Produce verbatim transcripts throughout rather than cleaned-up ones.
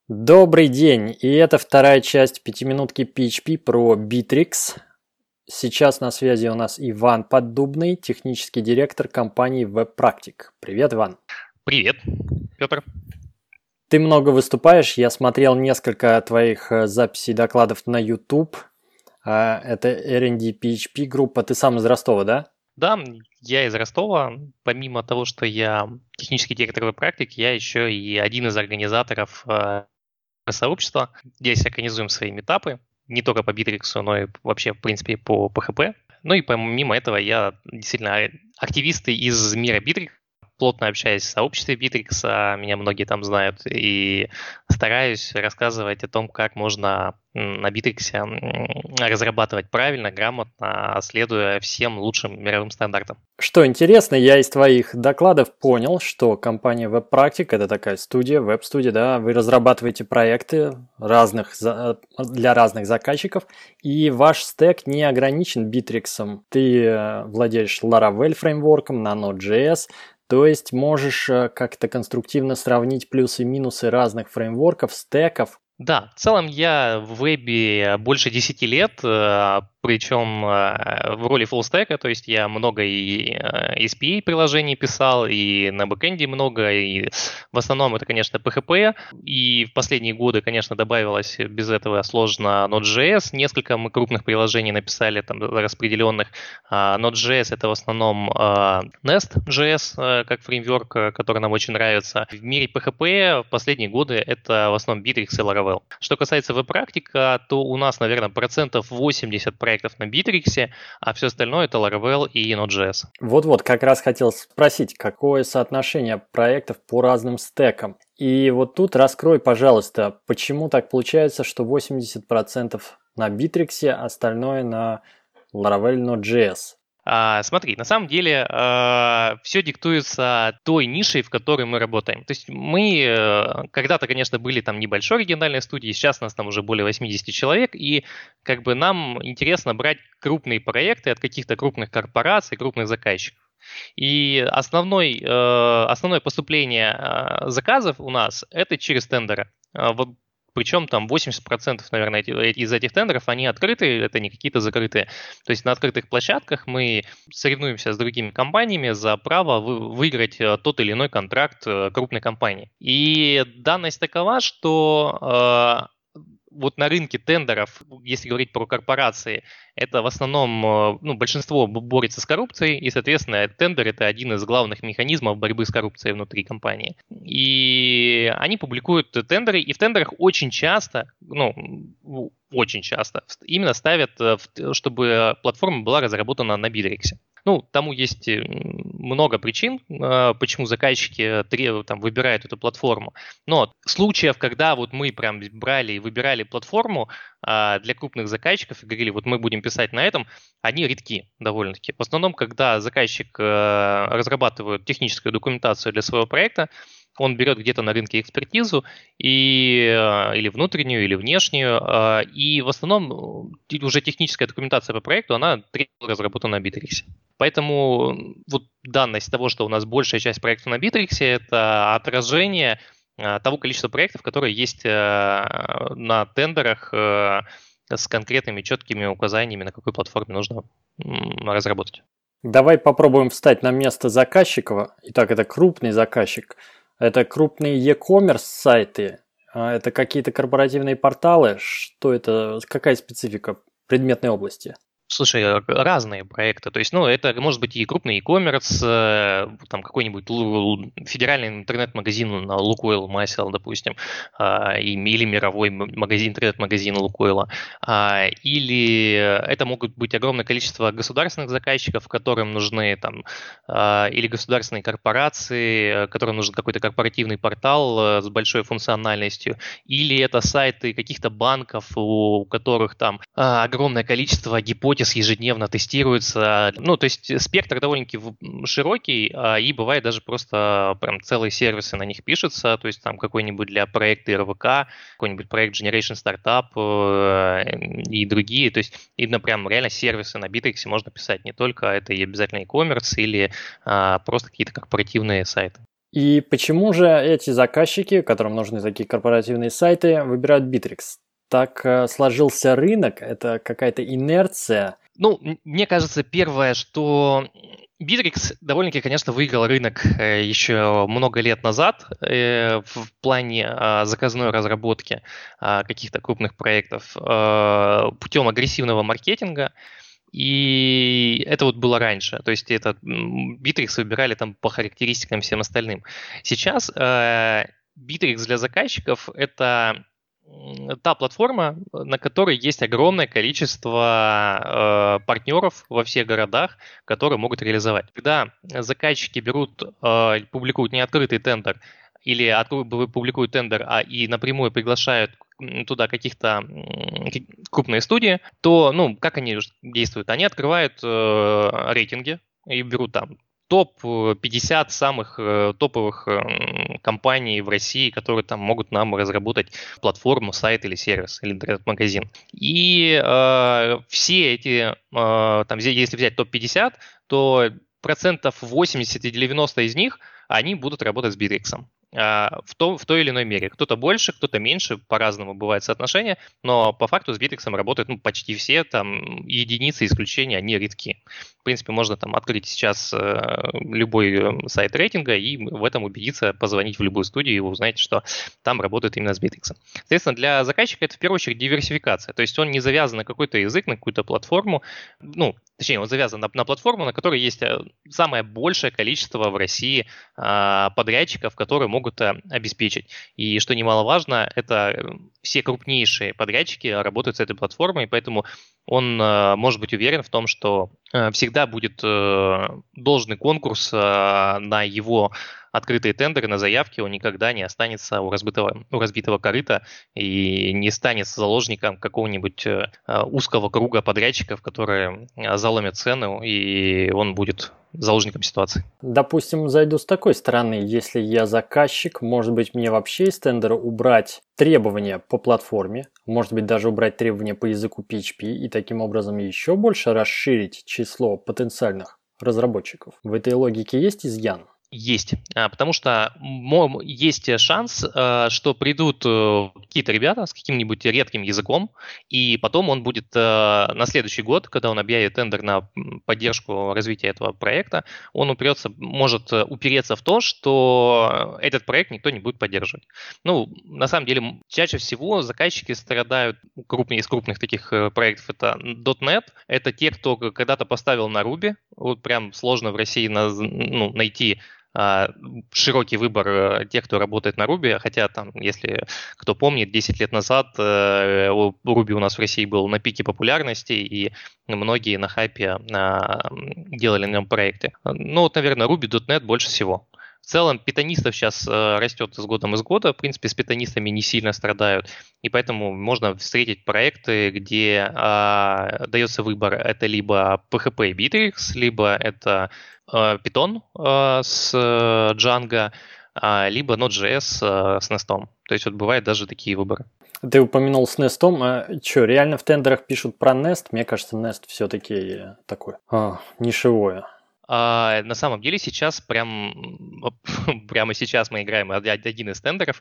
Добрый день, и это вторая часть пятиминутки пи эйч пи про Bittrex. Сейчас на связи у нас Иван Поддубный, технический директор компании WebPractic. Привет, Иван. Привет, Петр. Ты много выступаешь, я смотрел несколько твоих записей докладов на YouTube. Это эр энд ди пи эйч пи группа, ты сам из Ростова, да? Да, я из Ростова. Помимо того, что я технический директор WebPractic, я еще и один из организаторов сообщества. Здесь организуем свои митапы, не только по Bittrex, но и вообще, в принципе, по пи эйч пи. Ну и помимо этого я действительно активист из мира Bittrex, плотно общаюсь в сообществе Bittrex, меня многие там знают, и стараюсь рассказывать о том, как можно на Bittrex разрабатывать правильно, грамотно, следуя всем лучшим мировым стандартам. Что интересно, я из твоих докладов понял, что компания WebPractic – это такая студия, веб-студия, да, вы разрабатываете проекты разных, для разных заказчиков, и ваш стек не ограничен Bittrex. Ты владеешь Laravel фреймворком на Node.js, то есть можешь как-то конструктивно сравнить плюсы и минусы разных фреймворков, стеков. Да, в целом я в вебе больше десяти лет, причем в роли фуллстека, то есть я много и эс пи эй-приложений писал, и на бэкэнде много, и в основном это, конечно, пи эйч пи, и в последние годы, конечно, добавилось без этого сложно Node.js, несколько мы крупных приложений написали, там, распределенных. Node.js — это в основном Nest.js, как фреймворк, который нам очень нравится. В мире пи эйч пи в последние годы это в основном Bittrex и Laravel. Что касается WebPractic, то у нас, наверное, процентов восемьдесят проектов на Bittrex, а все остальное это Laravel и Node.js. Вот-вот, как раз хотел спросить, какое соотношение проектов по разным стекам. И вот тут раскрой, пожалуйста, почему так получается, что восемьдесят процентов на Bittrex, остальное на Laravel, Node.js? А, смотри, на самом деле э, все диктуется той нишей, в которой мы работаем. То есть мы э, когда-то, конечно, были там небольшой региональной студией, сейчас нас там уже более восемьдесят человек, и как бы нам интересно брать крупные проекты от каких-то крупных корпораций, крупных заказчиков. И основной, э, основное поступление э, заказов у нас это через тендеры. Вот. Причем там восемьдесят процентов, наверное, из этих тендеров, они открытые, это не какие-то закрытые. То есть на открытых площадках мы соревнуемся с другими компаниями за право выиграть тот или иной контракт крупной компании. И данность такова, что вот на рынке тендеров, если говорить про корпорации, это в основном, ну, большинство борется с коррупцией, и, соответственно, тендер – это один из главных механизмов борьбы с коррупцией внутри компании. И они публикуют тендеры, и в тендерах очень часто, ну, очень часто именно ставят, чтобы платформа была разработана на Bittrex. Ну, тому есть много причин, почему заказчики там, выбирают эту платформу. Но случаев, когда вот мы прям брали и выбирали платформу для крупных заказчиков и говорили, вот мы будем писать на этом, они редки довольно-таки. В основном, когда заказчик разрабатывает техническую документацию для своего проекта, он берет где-то на рынке экспертизу, и, или внутреннюю, или внешнюю, и в основном уже техническая документация по проекту, она разработана на Bittrex. Поэтому вот данность того, что у нас большая часть проектов на Bittrex, это отражение того количества проектов, которые есть на тендерах с конкретными четкими указаниями, на какой платформе нужно разработать. Давай попробуем встать на место заказчика. Итак, это крупный заказчик. Это крупные e-commerce сайты, это какие-то корпоративные порталы. Что это, какая специфика предметной области? Слушай, разные проекты. То есть, ну, это может быть и крупный e-commerce, там какой-нибудь федеральный интернет-магазин Лукойл, Масел, допустим, или мировой магазин, интернет-магазин Лукойла. Или это могут быть огромное количество государственных заказчиков, которым нужны там, или государственные корпорации, которым нужен какой-то корпоративный портал с большой функциональностью, или это сайты каких-то банков, у которых там огромное количество гипотез ежедневно тестируется. Ну, то есть спектр довольно-таки широкий, и бывает даже просто прям целые сервисы на них пишутся, то есть там какой-нибудь для проекта эр вэ ка, какой-нибудь проект Generation Startup и другие. То есть именно прям реально сервисы на Bittrex можно писать не только, это и обязательно e-commerce или а, просто какие-то корпоративные сайты. И почему же эти заказчики, которым нужны такие корпоративные сайты, выбирают Bittrex? Так э, сложился рынок, это какая-то инерция? Ну, мне кажется, первое, что Bittrex довольно-таки, конечно, выиграл рынок еще много лет назад в плане заказной разработки каких-то крупных проектов путем агрессивного маркетинга. И это вот было раньше. То есть это Bittrex выбирали там по характеристикам всем остальным. Сейчас Bittrex для заказчиков – это та платформа, на которой есть огромное количество э, партнеров во всех городах, которые могут реализовать. Когда заказчики берут, э, публикуют не открытый тендер или откры- публикуют тендер, а и напрямую приглашают туда каких-то крупные студии, то, ну, как они действуют? Они открывают э, рейтинги и берут там топ пятьдесят самых э, топовых э, компаний в России, которые там могут нам разработать платформу, сайт или сервис, или интернет-магазин. И э, все эти, э, там, если взять топ пятьдесят, то процентов восемьдесят и девяносто из них, они будут работать с Bittrex. В, то, в той или иной мере. Кто-то больше, кто-то меньше, по-разному бывает соотношение, но по факту с Bittrex работают ну, почти все, там единицы исключения, они редки. В принципе, можно там открыть сейчас э, любой сайт рейтинга и в этом убедиться, позвонить в любую студию и вы узнаете, что там работают именно с Bittrex. Соответственно, для заказчика это в первую очередь диверсификация, то есть он не завязан на какой-то язык, на какую-то платформу, ну, точнее, он завязан на, на платформу, на которой есть самое большее количество в России э, подрядчиков, которые могут обеспечить. И что немаловажно, это все крупнейшие подрядчики работают с этой платформой, и поэтому он э, может быть уверен в том, что э, всегда будет э, должный конкурс э, на его открытые тендеры, на заявки, он никогда не останется у разбитого, у разбитого корыта и не станет заложником какого-нибудь э, узкого круга подрядчиков, которые заломят цену, и он будет заложником ситуации. Допустим, зайду с такой стороны. Если я заказчик, может быть, мне вообще из тендера убрать требования по платформе, может быть, даже убрать требования по языку пи эйч пи и таким образом еще больше расширить число потенциальных разработчиков. В этой логике есть изъян? Есть, потому что есть шанс, что придут какие-то ребята с каким-нибудь редким языком, и потом он будет на следующий год, когда он объявит тендер на поддержку развития этого проекта, он упрется, может упереться в то, что этот проект никто не будет поддерживать. Ну, на самом деле, чаще всего заказчики страдают, крупные, из крупных таких проектов, это .дот нет, это те, кто когда-то поставил на Ruby, вот прям сложно в России на, ну, найти широкий выбор тех, кто работает на Ruby, хотя там, если кто помнит, десять лет назад Ruby у нас в России был на пике популярности, и многие на хайпе делали на нем проекты. Ну вот, наверное, Ruby, .дот нет больше всего. В целом, питонистов сейчас растет с годом из года, в принципе, с питонистами не сильно страдают, и поэтому можно встретить проекты, где а, дается выбор, это либо пи эйч пи и Bittrex, либо это а, Python а, с Django, а, либо Node.js а, с Nest. То есть вот бывают даже такие выборы. Ты упомянул с Nest. А что, реально в тендерах пишут про Nest? Мне кажется, Nest все-таки такой а, нишевое. А, на самом деле сейчас прям, прямо сейчас мы играем один из тендеров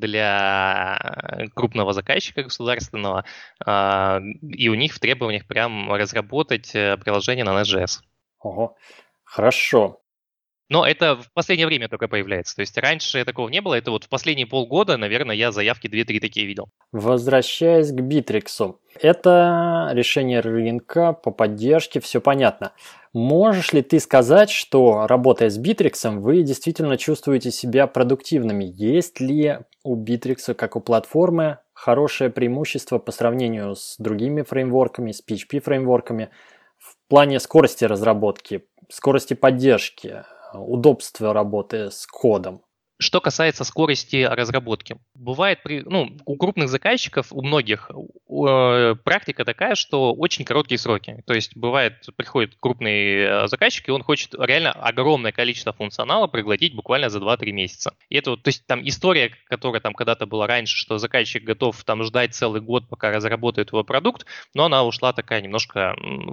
для крупного заказчика государственного, а, и у них в требованиях прям разработать приложение на Nest.js. Ого, хорошо. Но это в последнее время только появляется. То есть раньше такого не было. Это вот в последние полгода, наверное, я заявки две-три такие видел. Возвращаясь к Bittrex. Это решение рынка по поддержке, все понятно. Можешь ли ты сказать, что, работая с Bittrex, вы действительно чувствуете себя продуктивными? Есть ли у Bittrex, как у платформы, хорошее преимущество по сравнению с другими фреймворками, с пи эйч пи-фреймворками в плане скорости разработки, скорости поддержки, удобства работы с кодом? Что касается скорости разработки, бывает, при, ну, у крупных заказчиков, у многих э, практика такая, что очень короткие сроки. То есть бывает, приходит крупный заказчик, и он хочет реально огромное количество функционала проглотить буквально за два-три месяца. И это вот, то есть там история, которая там когда-то была раньше, что заказчик готов там ждать целый год, пока разработает его продукт, но она ушла такая немножко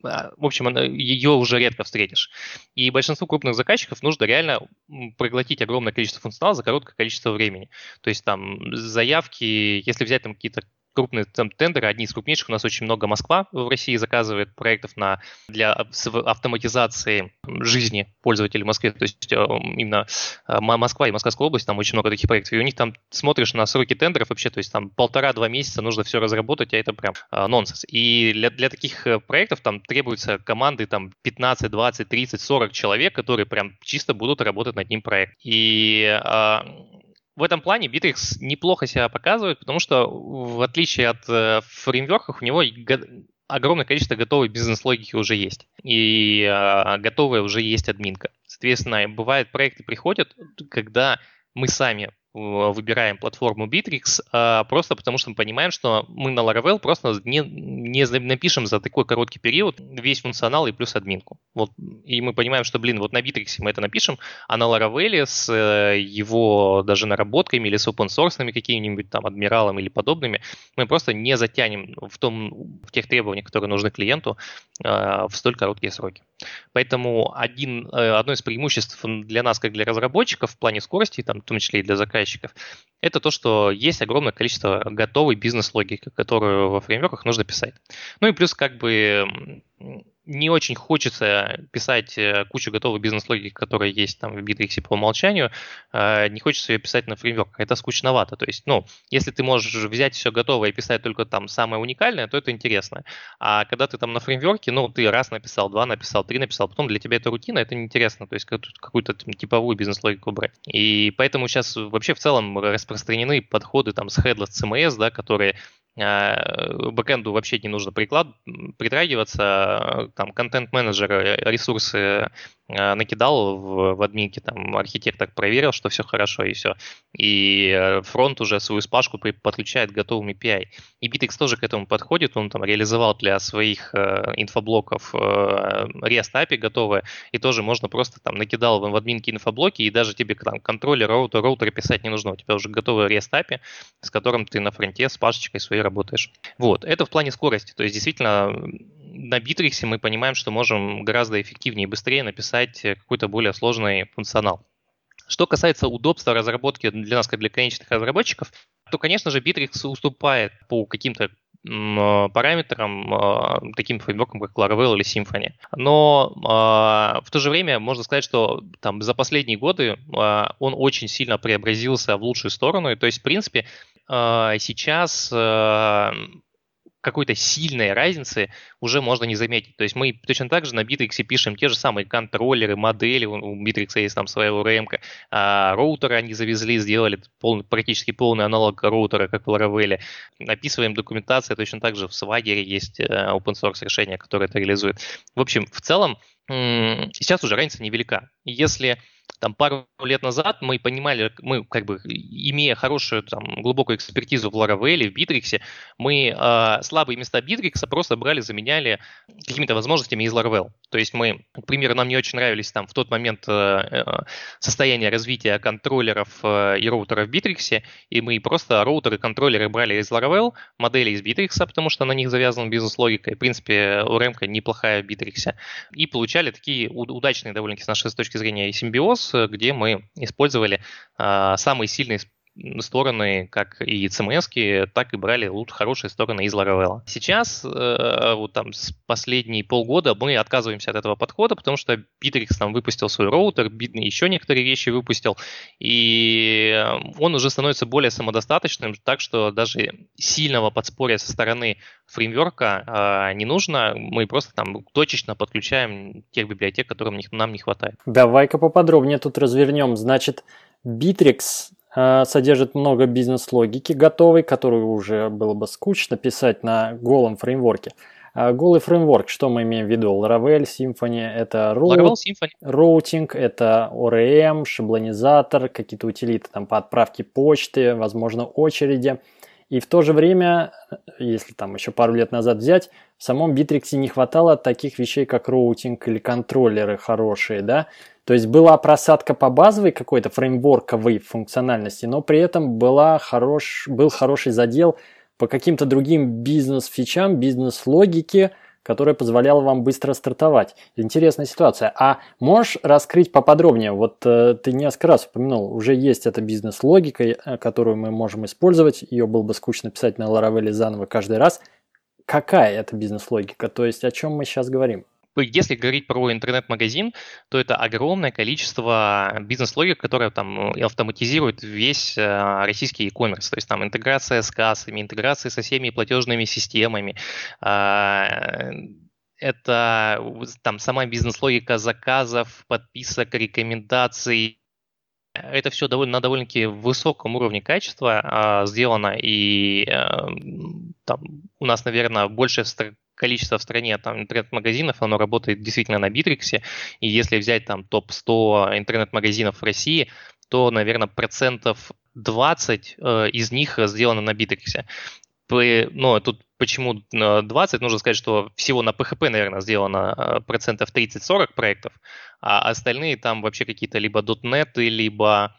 в общем, она, ее уже редко встретишь. И большинству крупных заказчиков нужно реально проглотить огромное количество функционала за короткое количество времени. То есть там заявки, если взять там какие-то крупные там тендеры, одни из крупнейших, у нас очень много Москва в России заказывает проектов на, для автоматизации жизни пользователей в Москве, то есть именно Москва и Московская область, там очень много таких проектов, и у них там смотришь на сроки тендеров вообще, то есть там полтора-два месяца нужно все разработать, а это прям а, нонсенс. И для, для таких проектов там требуются команды там пятнадцать, двадцать, тридцать, сорок человек, которые прям чисто будут работать над ним проект. И а, в этом плане Bittrex неплохо себя показывает, потому что в отличие от э, фреймворков у него го- огромное количество готовой бизнес-логики уже есть. И э, готовая уже есть админка. Соответственно, бывает, проекты приходят, когда мы сами выбираем платформу Bittrex а, просто потому, что мы понимаем, что мы на Laravel просто не, не напишем за такой короткий период весь функционал и плюс админку. Вот. И мы понимаем, что, блин, вот на Bittrex мы это напишем, а на Laravel с его даже наработками или с open-source какими-нибудь там адмиралом или подобными мы просто не затянем в, том, в тех требованиях, которые нужны клиенту а, в столь короткие сроки. Поэтому один, одно из преимуществ для нас, как для разработчиков в плане скорости, там, в том числе и для заказчиков, это то, что есть огромное количество готовой бизнес-логики, которую во фреймворках нужно писать. Ну и плюс как бы не очень хочется писать кучу готовой бизнес-логики, которая есть там в Bittrex по умолчанию, не хочется ее писать на фреймворках, это скучновато. То есть, ну, если ты можешь взять все готовое и писать только там самое уникальное, то это интересно. А когда ты там на фреймворке, ну, ты раз написал, два написал, три написал, потом для тебя это рутина, это неинтересно, то есть какую-то там, типовую бизнес-логику брать. И поэтому сейчас вообще в целом распространены подходы там с headless си эм эс, да, которые бэкэнду вообще не нужно приклад, притрагиваться, там, контент-менеджер ресурсы накидал в, в админке, там, архитектор проверил, что все хорошо, и все. И фронт уже свою спашку подключает к готовым эй пи ай. И Bittrex тоже к этому подходит, он там реализовал для своих э, инфоблоков э, REST эй пи ай готовое, и тоже можно просто там накидал в админке инфоблоки, и даже тебе там контроллер, роутер, роутер писать не нужно, у тебя уже готовый REST эй пи ай, с которым ты на фронте с пашечкой своей работаешь. Вот, это в плане скорости, то есть действительно на Bittrex мы понимаем, что можем гораздо эффективнее и быстрее написать какой-то более сложный функционал. Что касается удобства разработки для нас, как для конечных разработчиков, то, конечно же, Bittrex уступает по каким-то параметрам, таким фреймворкам, как Laravel или Symfony. Но в то же время можно сказать, что там, за последние годы он очень сильно преобразился в лучшую сторону. То есть, в принципе, сейчас какой-то сильной разницы уже можно не заметить. То есть мы точно так же на Bittrex пишем те же самые контроллеры, модели, у Bittrex есть там своя о эр эм, а роутеры они завезли, сделали полный, практически полный аналог роутера, как в Laravel. Описываем документацию, точно так же в Swagger есть open source решение, которое это реализует. В общем, в целом, сейчас уже разница невелика. Если там пару лет назад мы понимали, мы как бы имея хорошую там глубокую экспертизу в Laravel, в Bittrex, мы э, слабые места Bittrex просто брали, заменяли какими-то возможностями из Laravel. То есть мы, к примеру, нам не очень нравились там в тот момент э, состояние развития контроллеров э, и роутеров в Bittrex, и мы просто роутеры, контроллеры брали из Laravel, модели из Bittrex, потому что на них завязана бизнес-логика, и, в принципе, о эр эм неплохая в Bittrex, и получали такие удачные довольно-таки с нашей точки зрения и симбиоз, где мы использовали а, самые сильные стороны, как и си эм эс-ки, так и брали лучше хорошие стороны из Laravel. Сейчас, э, вот там, с последние полгода мы отказываемся от этого подхода, потому что Bittrex там выпустил свой роутер, еще некоторые вещи выпустил, и он уже становится более самодостаточным, так что даже сильного подспорья со стороны фреймворка э, не нужно, мы просто там точечно подключаем тех библиотек, которым нам не хватает. Давай-ка поподробнее тут развернем. Значит, Bittrex содержит много бизнес-логики готовой, которую уже было бы скучно писать на голом фреймворке. А голый фреймворк, что мы имеем в виду? Laravel, Symfony, это роут, Laravel, Symfony. роутинг, это о эр эм, шаблонизатор, какие-то утилиты там, по отправке почты, возможно, очереди. И в то же время, если там еще пару лет назад взять, в самом Bittrex не хватало таких вещей, как роутинг или контроллеры хорошие, да. То есть была просадка по базовой какой-то фреймворковой функциональности, но при этом была хорош, был хороший задел по каким-то другим бизнес-фичам, бизнес-логике, которая позволяла вам быстро стартовать. Интересная ситуация. А можешь раскрыть поподробнее? Вот э, ты несколько раз упомянул, уже есть эта бизнес-логика, которую мы можем использовать. Ее было бы скучно писать на Laravel заново каждый раз. Какая это бизнес-логика? То есть о чем мы сейчас говорим? Если говорить про интернет-магазин, то это огромное количество бизнес-логик, которая там автоматизирует весь российский e-commerce. То есть там интеграция с кассами, интеграция со всеми платежными системами. Это там сама бизнес-логика заказов, подписок, рекомендаций. Это все довольно, на довольно-таки высоком уровне качества сделано, и там у нас, наверное, большее количество в стране там интернет-магазинов, оно работает действительно на Битриксе, и если взять там топ сто интернет-магазинов в России, то, наверное, процентов двадцать э, из них сделано на Битриксе. Но тут почему двадцать? Нужно сказать, что всего на пи эйч пи, наверное, сделано процентов тридцать-сорок проектов, а остальные там вообще какие-то либо .дот нет, либо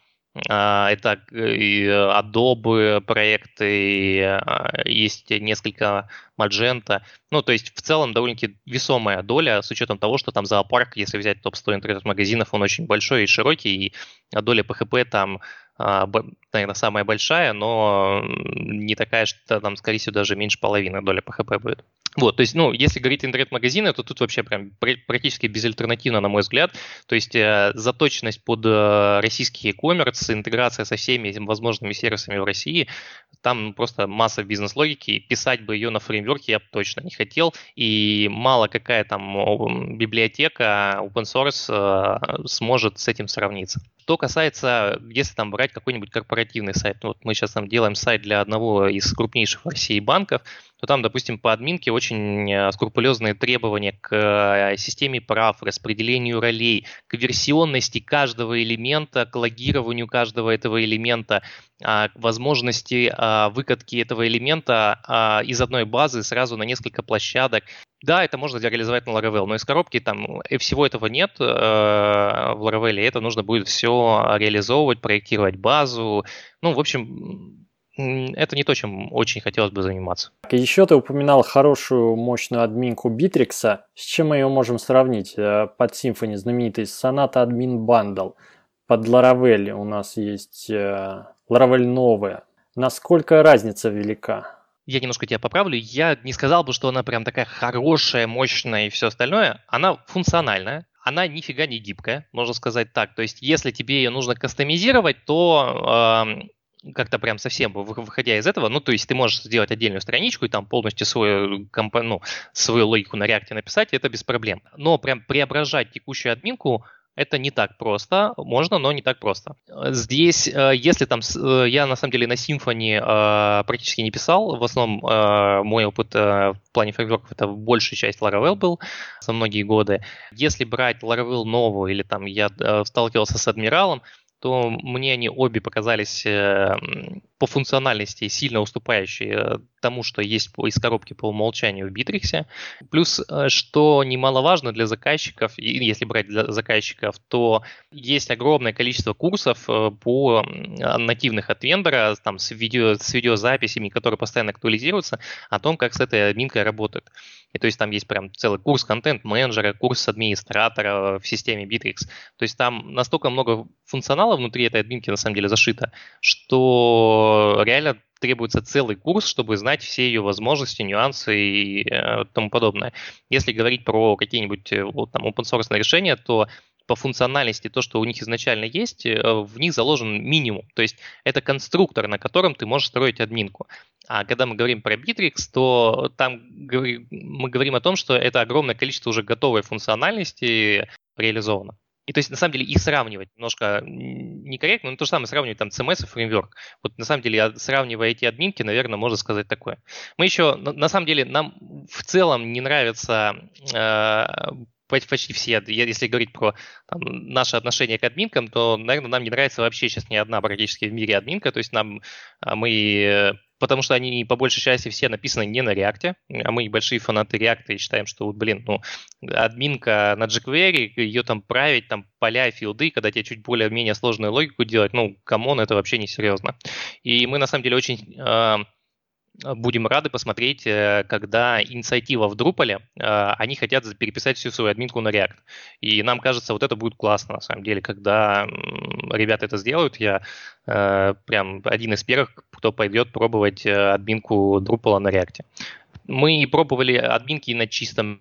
это и Adobe проекты, и есть несколько Magento. Ну, то есть в целом довольно-таки весомая доля, с учетом того, что там зоопарк, если взять топ сто интернет-магазинов, он очень большой и широкий, и доля пи эйч пи там, наверное, самая большая, но не такая, что там, скорее всего, даже меньше половины доля пи эйч пи будет. Вот, то есть, ну, если говорить интернет-магазины, то тут вообще прям практически безальтернативно, на мой взгляд. То есть э, заточенность под э, российский e-commerce, интеграция со всеми возможными сервисами в России, там просто масса бизнес-логики. Писать бы ее на фреймворке я бы точно не хотел. И мало какая там библиотека, open source э, сможет с этим сравниться. Что касается, если там брать какой-нибудь корпоративный сайт, ну, вот мы сейчас там делаем сайт для одного из крупнейших в России банков, то там, допустим, по админке очень скрупулезные требования к системе прав, распределению ролей, к версионности каждого элемента, к логированию каждого этого элемента, к возможности выкатки этого элемента из одной базы сразу на несколько площадок. Да, это можно реализовать на Laravel, но из коробки там всего этого нет в Laravel, и это нужно будет все реализовывать, проектировать базу. Ну, в общем, это не то, чем очень хотелось бы заниматься. Еще ты упоминал хорошую, мощную админку Битрикса. С чем мы ее можем сравнить? Под Symfony знаменитый Sonata Admin Bundle. Под Laravel у нас есть Laravel новая. Насколько разница велика? Я немножко тебя поправлю. Я не сказал бы, что она прям такая хорошая, мощная и все остальное. Она функциональная. Она нифига не гибкая, можно сказать так. То есть, если тебе ее нужно кастомизировать, то... Э- как-то прям совсем выходя из этого, ну, то есть ты можешь сделать отдельную страничку и там полностью свою, ну, свою логику на React написать, и это без проблем. Но прям преображать текущую админку это не так просто, можно, но не так просто. Здесь, если там, я на самом деле на Symfony практически не писал, в основном мой опыт в плане фреймворков это большая часть Laravel был за многие годы. Если брать Laravel новую или там я сталкивался с Адмиралом, то мне они обе показались э, по функциональности сильно уступающие тому, что есть из коробки по умолчанию в Битриксе. Плюс, что немаловажно для заказчиков, и если брать для заказчиков, то есть огромное количество курсов по нативных от вендора, там, с, видео, с видеозаписями, которые постоянно актуализируются, о том, как с этой админкой работают. И то есть там есть прям целый курс контент-менеджера, курс администратора в системе Bittrex. То есть там настолько много функционала внутри этой админки на самом деле зашито, что реально требуется целый курс, чтобы знать все ее возможности, нюансы и э, тому подобное. Если говорить про какие-нибудь вот, там open-source решения, то по функциональности то, что у них изначально есть, в них заложен минимум. То есть это конструктор, на котором ты можешь строить админку. А когда мы говорим про Bittrex, то там мы говорим о том, что это огромное количество уже готовой функциональности реализовано. И то есть, на самом деле, их сравнивать немножко некорректно, но то же самое сравнивать там си эм эс и фреймворк. Вот на самом деле, сравнивая эти админки, наверное, можно сказать такое. Мы еще, на самом деле, нам в целом не нравится э, почти все, если говорить про там, наше отношение к админкам, то, наверное, нам не нравится вообще сейчас ни одна практически в мире админка, то есть нам мы... Потому что они по большей части все написаны не на React, а мы большие фанаты React и считаем, что, вот, блин, ну, админка на jQuery, ее там править, там поля, филды, когда тебе чуть более-менее сложную логику делать, ну, камон, это вообще не серьезно. И мы, на самом деле, очень... Э, будем рады посмотреть, когда инициатива в Drupal, они хотят переписать всю свою админку на React. И нам кажется, вот это будет классно, на самом деле, когда ребята это сделают. Я прям один из первых, кто пойдет пробовать админку Drupal на React. Мы пробовали админки на чистом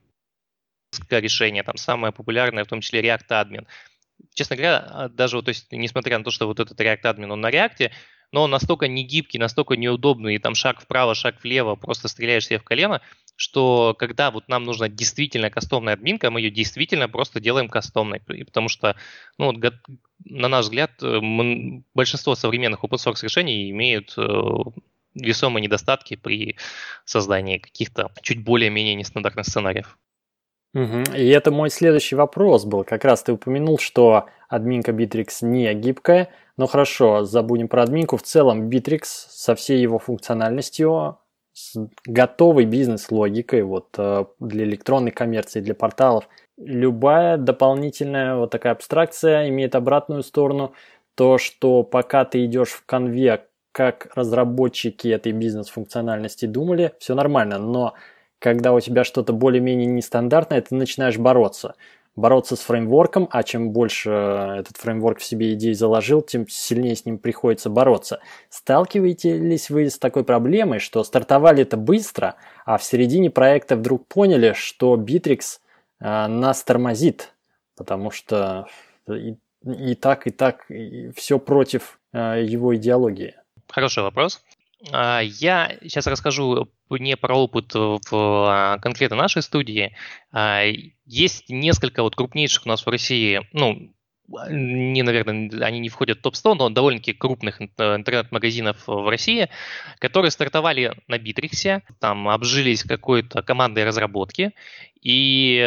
решение, там самое популярное, в том числе React Admin. Честно говоря, даже вот, то есть, несмотря на то, что вот этот React Admin, он на React, но он настолько негибкий, настолько неудобный, и там шаг вправо, шаг влево, просто стреляешь себе в колено, что когда вот нам нужна действительно кастомная админка, мы ее действительно просто делаем кастомной, потому что, ну, вот, на наш взгляд, мы, большинство современных open-source решений имеют весомые недостатки при создании каких-то чуть более-менее нестандартных сценариев. Угу. И это мой следующий вопрос был. Как раз ты упомянул, что админка Bittrex не гибкая. Но хорошо, забудем про админку. В целом Bittrex со всей его функциональностью, с готовой бизнес-логикой вот, для электронной коммерции, для порталов. Любая дополнительная вот такая абстракция имеет обратную сторону. То, что пока ты идешь в конве, как разработчики этой бизнес-функциональности думали, все нормально. Но когда у тебя что-то более-менее нестандартное, ты начинаешь бороться. Бороться с фреймворком, а чем больше этот фреймворк в себе идей заложил, тем сильнее с ним приходится бороться. Сталкиваетесь ли вы с такой проблемой, что стартовали это быстро, а в середине проекта вдруг поняли, что Bittrex э, нас тормозит, потому что и, и так, и так и все против э, его идеологии? Хороший вопрос. Я сейчас расскажу не про опыт в конкретно нашей студии. Есть несколько вот крупнейших у нас в России, ну, не, наверное, они не входят в топ сто, но довольно-таки крупных интернет-магазинов в России, которые стартовали на Bittrex, там обжились какой-то командой разработки, и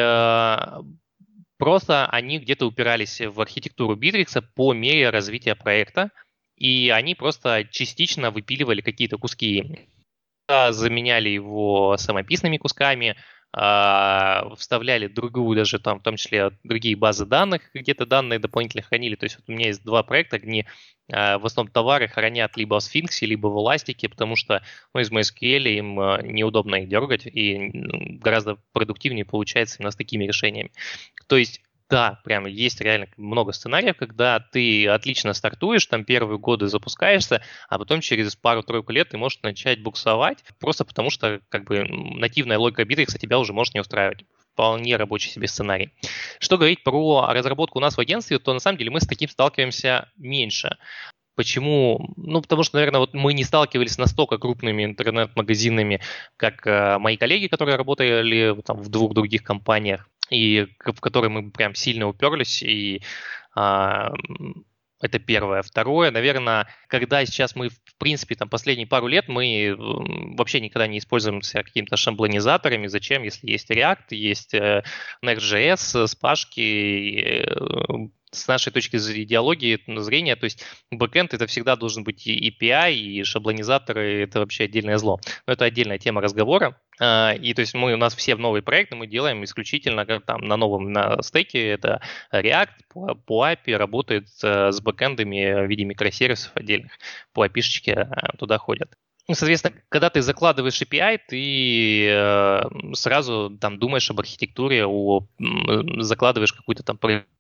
просто они где-то упирались в архитектуру Bittrex по мере развития проекта, и они просто частично выпиливали какие-то куски, заменяли его самописными кусками, вставляли другую, даже там, в том числе другие базы данных, где-то данные дополнительно хранили. То есть вот у меня есть два проекта, где в основном товары хранят либо в Sphinx, либо в Elastic, потому что ну, из MySQL им неудобно их дергать, и гораздо продуктивнее получается именно с такими решениями. То есть да, прям есть реально много сценариев, когда ты отлично стартуешь, там первые годы запускаешься, а потом через пару-тройку лет ты можешь начать буксовать, просто потому что как бы нативная логика Bittrex тебя уже может не устраивать. Вполне рабочий себе сценарий. Что говорить про разработку у нас в агентстве, то на самом деле мы с таким сталкиваемся меньше. Почему? Ну, потому что, наверное, вот мы не сталкивались с настолько крупными интернет-магазинами, как э, мои коллеги, которые работали там, в двух других компаниях, и в которые мы прям сильно уперлись, и а, это первое. Второе, наверное, когда сейчас мы, в принципе, там последние пару лет мы вообще никогда не используемся какими-то шаблонизаторами. Зачем, если есть React, есть Next.js, Spashки, с нашей точки идеологии, зрения, то есть бэкэнд это всегда должен быть и эй пи ай, и шаблонизаторы это вообще отдельное зло. Но это отдельная тема разговора. И то есть мы, у нас все новые проекты мы делаем исключительно там, на новом на стеке. Это React по, по эй пи ай работает с бэкэндами в виде микросервисов отдельных. По эй пи ай-шечке туда ходят. Ну, соответственно, когда ты закладываешь эй пи ай, ты э, сразу там думаешь об архитектуре, о, закладываешь какую-то там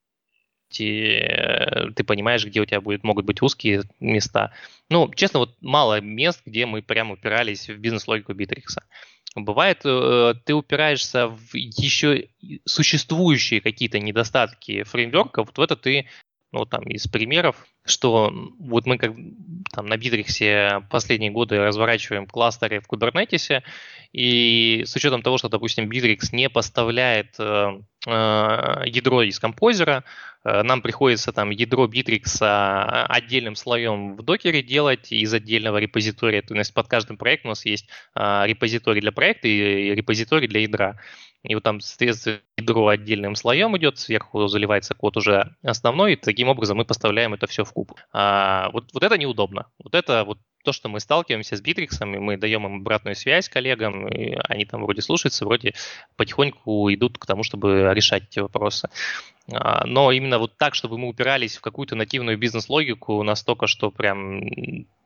ты понимаешь, где у тебя будет, могут быть узкие места. Ну, честно, вот мало мест, где мы прямо упирались в бизнес-логику Bittrex. Бывает, ты упираешься в еще существующие какие-то недостатки фреймворка, вот в это ты, ну, там, из примеров, что вот мы как там на Bittrex последние годы разворачиваем кластеры в Kubernetes, и с учетом того, что, допустим, Bittrex не поставляет э, э, ядро из композера, э, нам приходится там ядро Bittrex отдельным слоем в докере делать из отдельного репозитория. То есть под каждым проектом у нас есть э, репозиторий для проекта и репозиторий для ядра. И вот там, соответственно, ядро отдельным слоем идет, сверху заливается код уже основной, и таким образом мы поставляем это все в куб. А, вот, вот это неудобно. Вот это вот то, что мы сталкиваемся с Bittrex, и мы даем им обратную связь коллегам, и они там вроде слушаются, вроде потихоньку идут к тому, чтобы решать эти вопросы. А, но именно вот так, чтобы мы упирались в какую-то нативную бизнес-логику настолько, что прям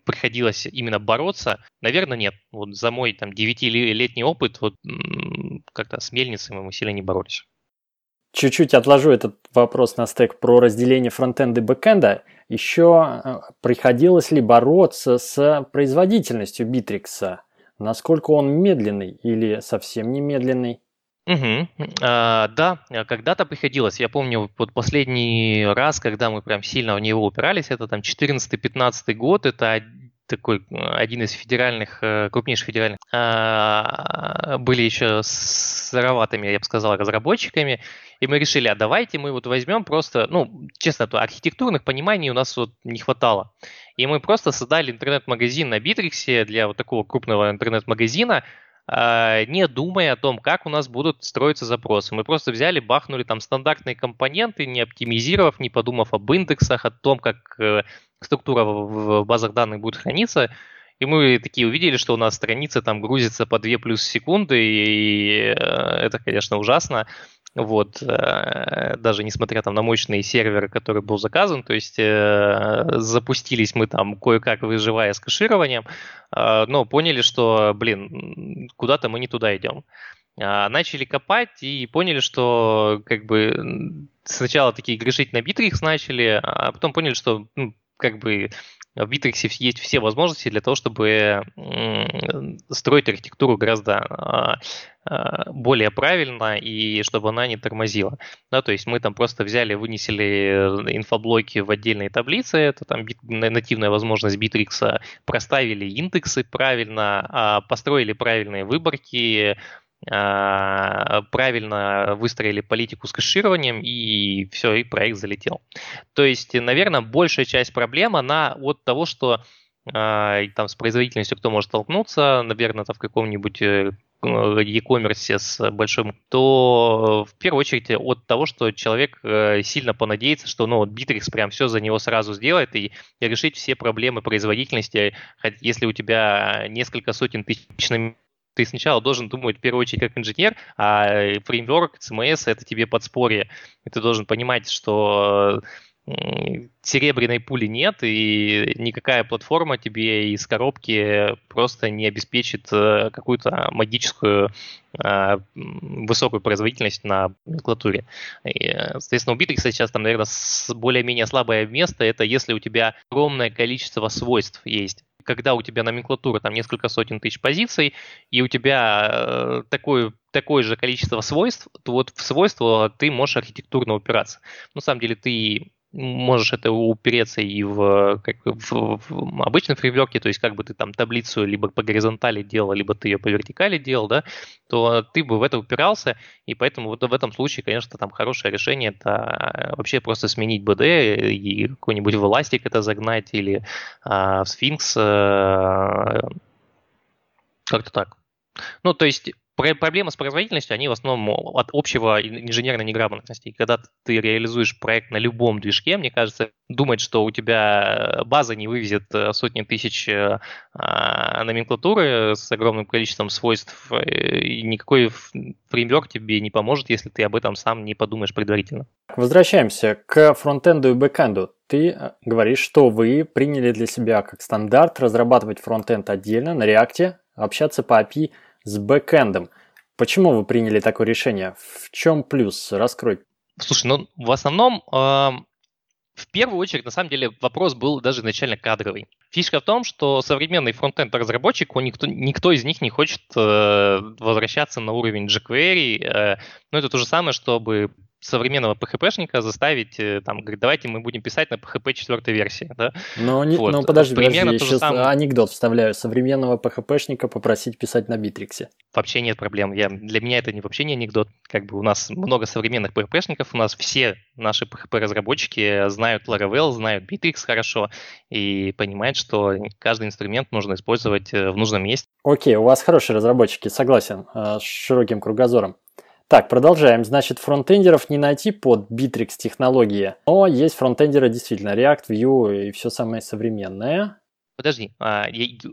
приходилось именно бороться, наверное, нет. Вот за мой там девятилетний опыт вот как-то с мельницей мы сильно не боролись. Чуть-чуть отложу этот вопрос на стек про разделение фронтенда и бэкенда. Еще приходилось ли бороться с производительностью Bittrex? Насколько он медленный или совсем не медленный? Угу. А, да, когда-то приходилось. Я помню, вот последний раз, когда мы прям сильно в него упирались, это там четырнадцатый-пятнадцатый год, это такой один из федеральных, крупнейших федеральных, а, были еще сыроватыми, я бы сказал, разработчиками, и мы решили, а давайте мы вот возьмем просто, ну, честно, то архитектурных пониманий у нас вот не хватало. И мы просто создали интернет-магазин на Bittrex для вот такого крупного интернет-магазина, не думая о том, как у нас будут строиться запросы. Мы просто взяли, бахнули там стандартные компоненты, не оптимизировав, не подумав об индексах, о том, как структура в базах данных будет храниться. И мы такие увидели, что у нас страница там грузится по две плюс секунды, и это, конечно, ужасно. Вот, даже несмотря там на мощные серверы, который был заказан, то есть запустились мы там кое-как выживая с кэшированием, но поняли, что, блин, куда-то мы не туда идем. Начали копать и поняли, что как бы сначала такие грешить на Bittrex начали, а потом поняли, что ну, как бы в Bittrex есть все возможности для того, чтобы строить архитектуру гораздо более правильно и чтобы она не тормозила. Да, то есть мы там просто взяли, вынесли инфоблоки в отдельные таблицы, это там нативная возможность Bittrex, проставили индексы правильно, построили правильные выборки, правильно выстроили политику с кэшированием, и все, и проект залетел. То есть, наверное, большая часть проблем, она от того, что там с производительностью кто может столкнуться, наверное, там в каком-нибудь e-commerce с большим, то в первую очередь от того, что человек сильно понадеется, что ну, вот Bittrex прям все за него сразу сделает и, и решить все проблемы производительности, если у тебя несколько сотен тысяч на ты сначала должен думать в первую очередь как инженер, а фреймворк, си эм эс — это тебе подспорье. И ты должен понимать, что серебряной пули нет, и никакая платформа тебе из коробки просто не обеспечит какую-то магическую высокую производительность на номенклатуре. И, соответственно, у Bittrex сейчас там, наверное, более-менее слабое место — это если у тебя огромное количество свойств есть. Когда у тебя номенклатура там несколько сотен тысяч позиций, и у тебя э, такое, такое же количество свойств, то вот в свойства ты можешь архитектурно упираться. На самом деле ты можешь это упереться и в, как, в, в обычном фреймворке, то есть как бы ты там таблицу либо по горизонтали делал, либо ты ее по вертикали делал, да, то ты бы в это упирался, и поэтому вот в этом случае, конечно, там хорошее решение — это вообще просто сменить би ди и какой-нибудь в Elastic это загнать, или а, в Sphinx, а, как-то так. Ну, то есть проблемы с производительностью, они в основном от общего инженерной неграмотности. Когда ты реализуешь проект на любом движке, мне кажется, думать, что у тебя база не вывезет сотни тысяч а, номенклатуры с огромным количеством свойств, и никакой фреймворк тебе не поможет, если ты об этом сам не подумаешь предварительно. Возвращаемся к фронтенду и бэкенду. Ты говоришь, что вы приняли для себя как стандарт разрабатывать фронтенд отдельно на React, общаться по эй пи ай с бэкэндом. Почему вы приняли такое решение? В чем плюс? Раскрой. Слушай, ну в основном, э, в первую очередь, на самом деле, вопрос был даже изначально кадровый. Фишка в том, что современный фронтенд-разработчик, он никто, никто из них не хочет э, возвращаться на уровень jQuery. Э, но это то же самое, чтобы современного пи эйч пи-шника заставить, там, говорит, давайте мы будем писать на пи эйч пи четвертой версии, да? Но, не, вот. но подожди, подожди, я сейчас самое... анекдот вставляю. Современного пи эйч пи-шника попросить писать на Bittrex. Вообще нет проблем. Я, для меня это не вообще не анекдот. Как бы у нас много современных пи эйч пи-шников, у нас все наши пи эйч пи-разработчики знают Laravel, знают Bittrex хорошо и понимают, что каждый инструмент нужно использовать в нужном месте. Окей, у вас хорошие разработчики, согласен, с широким кругозором. Так, продолжаем. Значит, фронтендеров не найти под Bittrex технологии, но есть фронтендеры действительно, React, Vue и все самое современное. Подожди, а,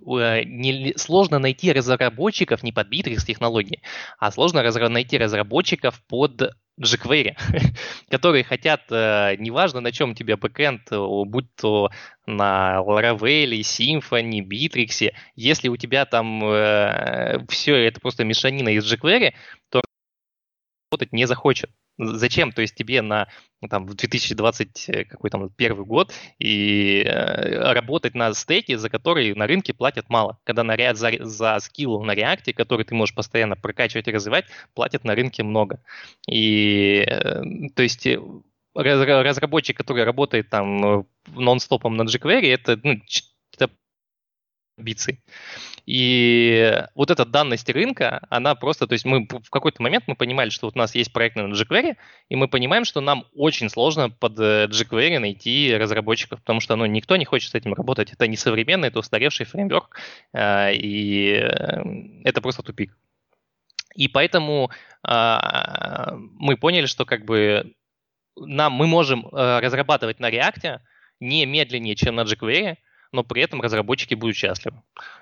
не, сложно найти разработчиков не под Bittrex технологии, а сложно разра- найти разработчиков под jQuery, которые хотят, э, неважно на чем у тебя бэкэнд, будь то на Laravel, Symfony, Bittrex, если у тебя там э, все это просто мешанина из jQuery, то работать не захочет. Зачем? То есть тебе на ну, там, в две тысячи двадцать какой там первый год и э, работать на стеке, за который на рынке платят мало. Когда на ряд за, за скилл на реакте, который ты можешь постоянно прокачивать и развивать, платят на рынке много. И э, то есть э, раз- разработчик, который работает там э, нон-стопом на jQuery, это ну, ч- это амбиции. И вот эта данность рынка, она просто, то есть мы в какой-то момент мы понимали, что вот у нас есть проект на jQuery, и мы понимаем, что нам очень сложно под э, jQuery найти разработчиков, потому что ну, никто не хочет с этим работать. Это не современный, это устаревший фреймворк, э, и э, это просто тупик. И поэтому э, мы поняли, что как бы нам, мы можем э, разрабатывать на React не медленнее, чем на jQuery, но при этом разработчики будут счастливы.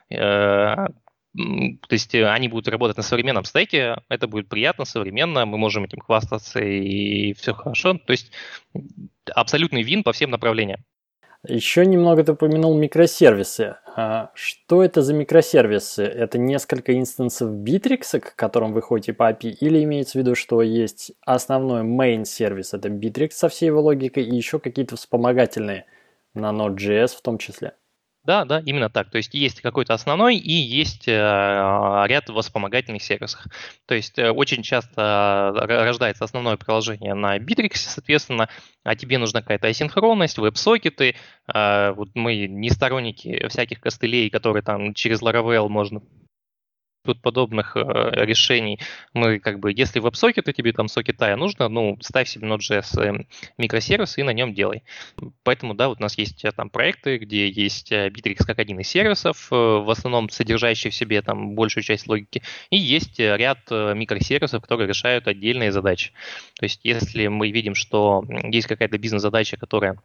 Э, м, То есть э, они будут работать на современном стеке, это будет приятно, современно, мы можем этим хвастаться и все хорошо. То есть абсолютный вин по всем направлениям. Еще немного ты упомянул микросервисы. А что это за микросервисы? Это несколько инстансов Bittrex, к которым вы ходите по эй пи ай, или имеется в виду, что есть основной main сервис, это Bittrex со всей его логикой, и еще какие-то вспомогательные на Node.js в том числе? Да, да, именно так. То есть есть какой-то основной и есть э, ряд вспомогательных сервисов. То есть э, очень часто рождается основное приложение на Bittrex, соответственно, а тебе нужна какая-то асинхронность, веб-сокеты. Э, вот мы не сторонники всяких костылей, которые там через Laravel можно тут подобных э, решений. Мы как бы, если веб-сокеты тебе там сокетая нужно, ну, ставь себе Node.js э, микросервис и на нем делай. Поэтому, да, вот у нас есть там проекты, где есть Bittrex как один из сервисов, э, в основном содержащий в себе там большую часть логики, и есть ряд э, микросервисов, которые решают отдельные задачи. То есть, если мы видим, что есть какая-то бизнес-задача, которая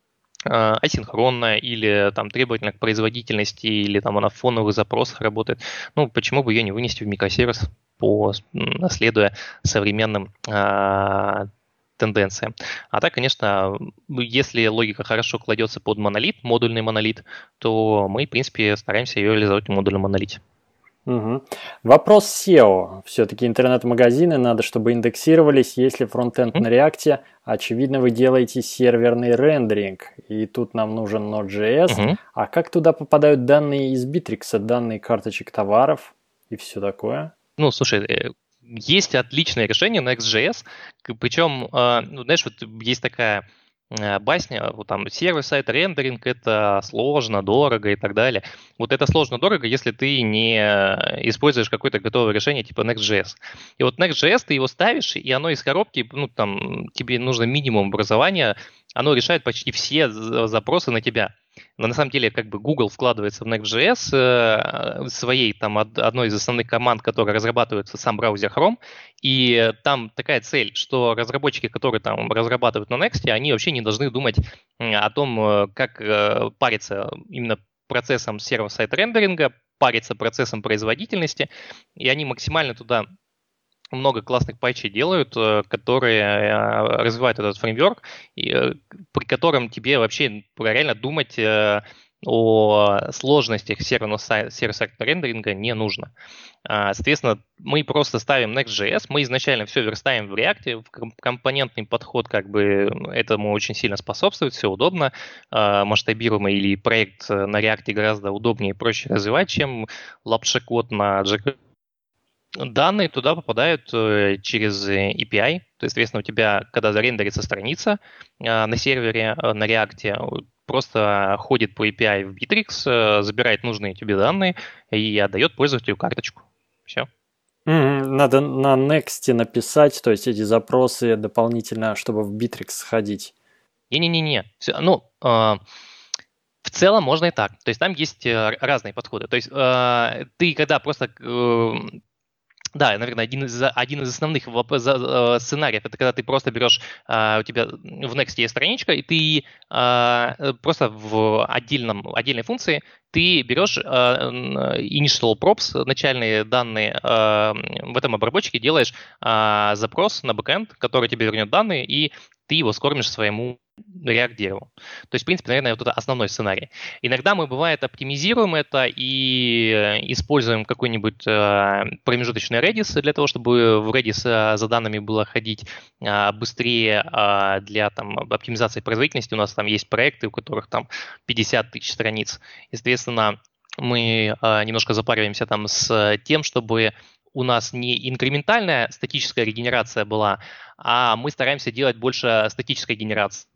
асинхронная или там требовательна к производительности, или там она в фоновых запросах работает, ну, почему бы ее не вынести в микросервис, по, наследуя современным а, тенденциям. А так, конечно, если логика хорошо кладется под монолит, модульный монолит, то мы, в принципе, стараемся ее реализовать в модульном монолите. Угу. Вопрос сео. Все-таки интернет-магазины надо, чтобы индексировались. Если фронтенд на React, очевидно, вы делаете серверный рендеринг. И тут нам нужен Node.js. Угу. А как туда попадают данные из Bittrex, данные карточек товаров и все такое? Ну, слушай, есть отличное решение на Next.js. Причем, ну, знаешь, вот есть такая басня, вот там сервер-сайт рендеринг, это сложно, дорого и так далее. Вот это сложно, дорого, если ты не используешь какое-то готовое решение типа Next.js. И вот Next.js ты его ставишь, и оно из коробки, ну там тебе нужно минимум образования, оно решает почти все запросы на тебя. Но на самом деле как бы Google вкладывается в Next.js э, своей там од- одной из основных команд, которая разрабатывается сам браузер Chrome, и там такая цель, что разработчики, которые там разрабатывают на Next, они вообще не должны думать о том, как э, париться именно процессом сервер-сайт рендеринга, париться процессом производительности, и они максимально туда много классных патчей делают, которые развивают этот фреймворк, и, при котором тебе вообще реально думать о сложностях сервер-сайт рендеринга не нужно. Соответственно, мы просто ставим Next.js, мы изначально все верстаем в React, компонентный подход как бы этому очень сильно способствует, все удобно, масштабируемый или проект на React гораздо удобнее и проще развивать, чем лапшекод на jQuery. Данные туда попадают через эй пи ай, то есть, соответственно, у тебя, когда зарендерится страница на сервере на React, просто ходит по эй пи ай в Bittrex, забирает нужные тебе данные и отдает пользователю карточку. Все. Надо на Next написать, то есть эти запросы дополнительно, чтобы в Bittrex сходить. Не-не-не-не. Ну, в целом можно и так. То есть там есть разные подходы. То есть ты когда просто Да, наверное, один из, один из основных воп- за- э, сценариев, это когда ты просто берешь, а, у тебя в Next есть страничка, и ты а, э, просто в отдельном, отдельной функции ты берешь а, н- initial props, начальные данные а, в этом обработчике, делаешь а, запрос на бэкэнд, который тебе вернет данные, и ты его скормишь своему React-дереву. То есть, в принципе, наверное, вот это основной сценарий. Иногда мы, бывает, оптимизируем это и э, используем какой-нибудь э, промежуточный Redis для того, чтобы в Redis э, за данными было ходить э, быстрее э, для там, оптимизации производительности. У нас там есть проекты, у которых там пятьдесят тысяч страниц. И, соответственно, мы э, немножко запариваемся там с тем, чтобы у нас не инкрементальная статическая регенерация была, а мы стараемся делать больше статической генерации.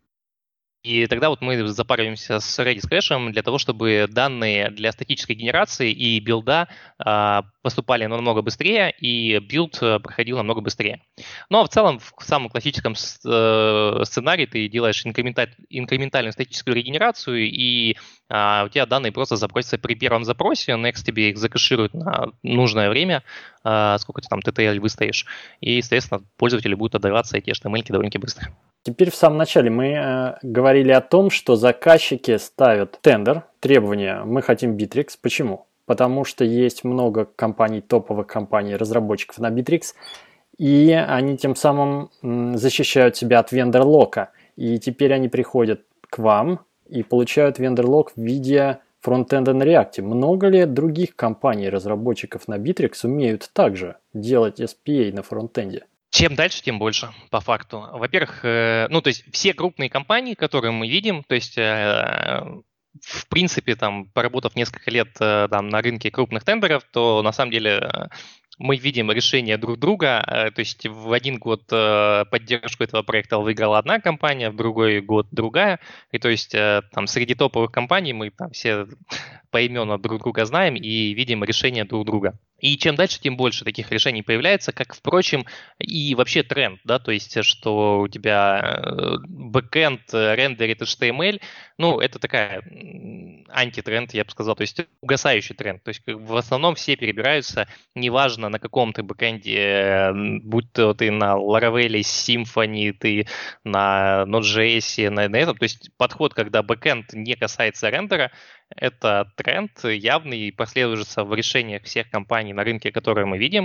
И тогда вот мы запариваемся с Redis кэшем для того, чтобы данные для статической генерации и билда а, поступали намного быстрее, и билд а, проходил намного быстрее. Но в целом, в самом классическом с, э, сценарии ты делаешь инкременталь, инкрементальную статическую регенерацию, и а, у тебя данные просто запросятся при первом запросе, Next тебе их закэширует на нужное время, а, сколько ты там ти ти эл выстоишь, и, соответственно, пользователи будут отдаваться эти эйч ти эм эль довольно-таки быстро. Теперь в самом начале мы э, говорили о том, что заказчики ставят тендер, требования «мы хотим Bittrex». Почему? Потому что есть много компаний, топовых компаний, разработчиков на Bittrex, и они тем самым м, защищают себя от вендор-лока. И теперь они приходят к вам и получают вендор-лок в виде фронтенда на React. Много ли других компаний, разработчиков на Bittrex умеют также делать эс пи эй на фронтенде? Чем дальше, тем больше, по факту. Во-первых, э, ну, то есть все крупные компании, которые мы видим, то есть, э, в принципе, там, поработав несколько лет э, там, на рынке крупных тендеров, то на самом деле э, мы видим решения друг друга. Э, то есть в один год э, поддержку этого проекта выиграла одна компания, в другой год другая. И то есть э, там среди топовых компаний мы там все поименно друг друга знаем и видим решения друг друга. И чем дальше, тем больше таких решений появляется, как, впрочем, и вообще тренд, да, то есть, что у тебя э, бэкэнд э, рендерит эйч ти эм эль, ну, это такая м, антитренд, я бы сказал, то есть угасающий тренд. То есть как бы в основном все перебираются, неважно на каком ты бэкэнде, э, будь то ты на Laravel, Symfony, ты на Node.js, на, на этом, то есть подход, когда бэкэнд не касается рендера, это тренд явный и прослеживается в решениях всех компаний на рынке, которые мы видим.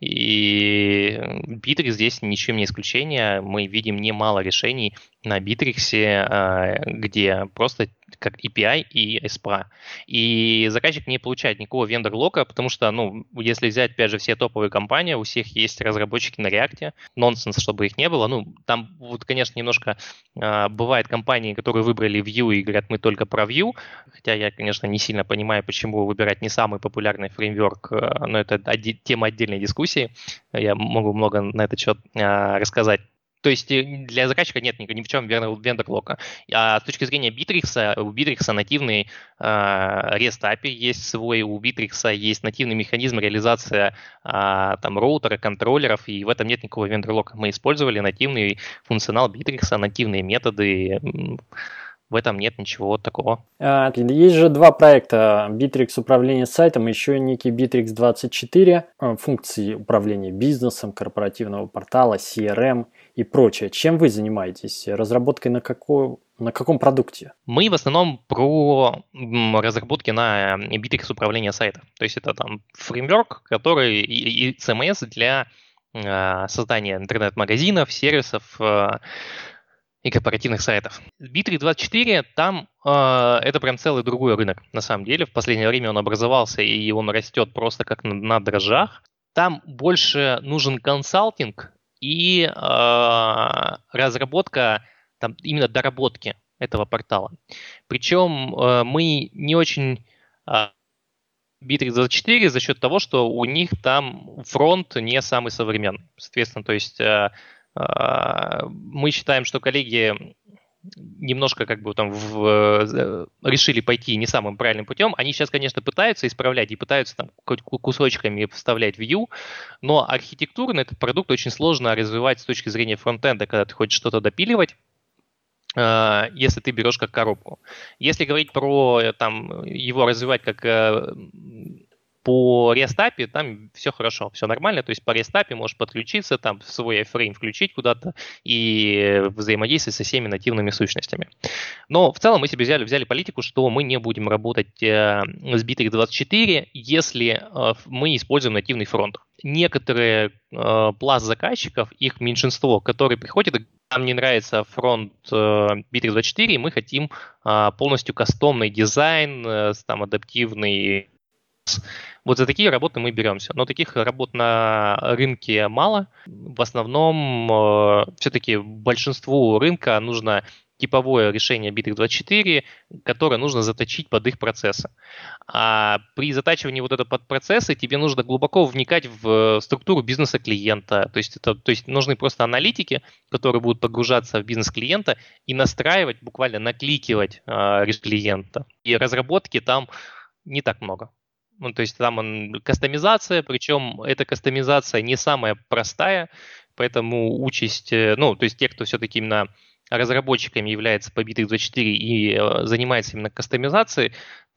И Bittrex здесь ничем не исключение. Мы видим немало решений на Bittrex, где просто как эй пи ай и эс пи эй. И заказчик не получает никакого вендор-лока, потому что, ну, если взять, опять же, все топовые компании, у всех есть разработчики на React. Нонсенс, чтобы их не было. Ну, там, вот, конечно, немножко э, бывают компании, которые выбрали Vue и говорят, мы только про Vue. Хотя я, конечно, не сильно понимаю, почему выбирать не самый популярный фреймворк, э, но это оди- тема отдельной дискуссии. Я могу много на этот счет э, рассказать. То есть для заказчика нет ни, ни в чем вендор-лока. А с точки зрения Bittrex, у Bittrex нативный э, REST эй пи ай есть свой, у Bittrex есть нативный механизм реализации э, там, роутера, контроллеров, и в этом нет никакого вендор-лока. Мы использовали нативный функционал Bittrex, нативные методы. В этом нет ничего такого. Есть же два проекта: Bittrex управление сайтом, еще некий Bittrex двадцать четыре, функции управления бизнесом, корпоративного портала, си эр эм и прочее. Чем вы занимаетесь? Разработкой на, какой, на каком продукте? Мы в основном про разработки на Bittrex управления сайтом. То есть это там фреймворк, который и, и си эм эс для э, создания интернет-магазинов, сервисов, э, и корпоративных сайтов. Bittrex двадцать четыре, там э, это прям целый другой рынок, на самом деле. В последнее время он образовался, и он растет просто как на, на дрожжах. Там больше нужен консалтинг и э, разработка, там, именно доработки этого портала. Причем э, мы не очень... Э, Bittrex двадцать четыре за счет того, что у них там фронт не самый современный. Соответственно, то есть... Э, мы считаем, что коллеги немножко как бы там в, решили пойти не самым правильным путем. Они сейчас, конечно, пытаются исправлять и пытаются там кусочками вставлять Vue, но архитектурно этот продукт очень сложно развивать с точки зрения фронтенда, когда ты хочешь что-то допиливать, если ты берешь как коробку. Если говорить про там, его развивать как По REST-эй пи ай там все хорошо, все нормально, то есть по REST-эй пи ай можешь подключиться, там свой iframe включить куда-то и взаимодействовать со всеми нативными сущностями. Но в целом мы себе взяли, взяли политику, что мы не будем работать э, с Bittrex двадцать четыре, если э, мы используем нативный фронт. Некоторые э, пласт заказчиков, их меньшинство, которые приходят, нам не нравится фронт э, Bittrex двадцать четыре, и мы хотим э, полностью кастомный дизайн, э, там адаптивный. Вот за такие работы мы беремся. Но таких работ на рынке мало. В основном э, все-таки большинству рынка нужно типовое решение Bittrex двадцать четыре, которое нужно заточить под их процессы. А при затачивании вот этого под процессы тебе нужно глубоко вникать в структуру бизнеса клиента. То есть, это, то есть нужны просто аналитики, которые будут погружаться в бизнес клиента и настраивать, буквально накликивать э, клиента. И разработки там не так много. Ну, то есть там он, кастомизация, причем эта кастомизация не самая простая, поэтому участь, ну, то есть те, кто все-таки именно разработчиками является по Bittrex двадцать четыре и э, занимается именно кастомизацией,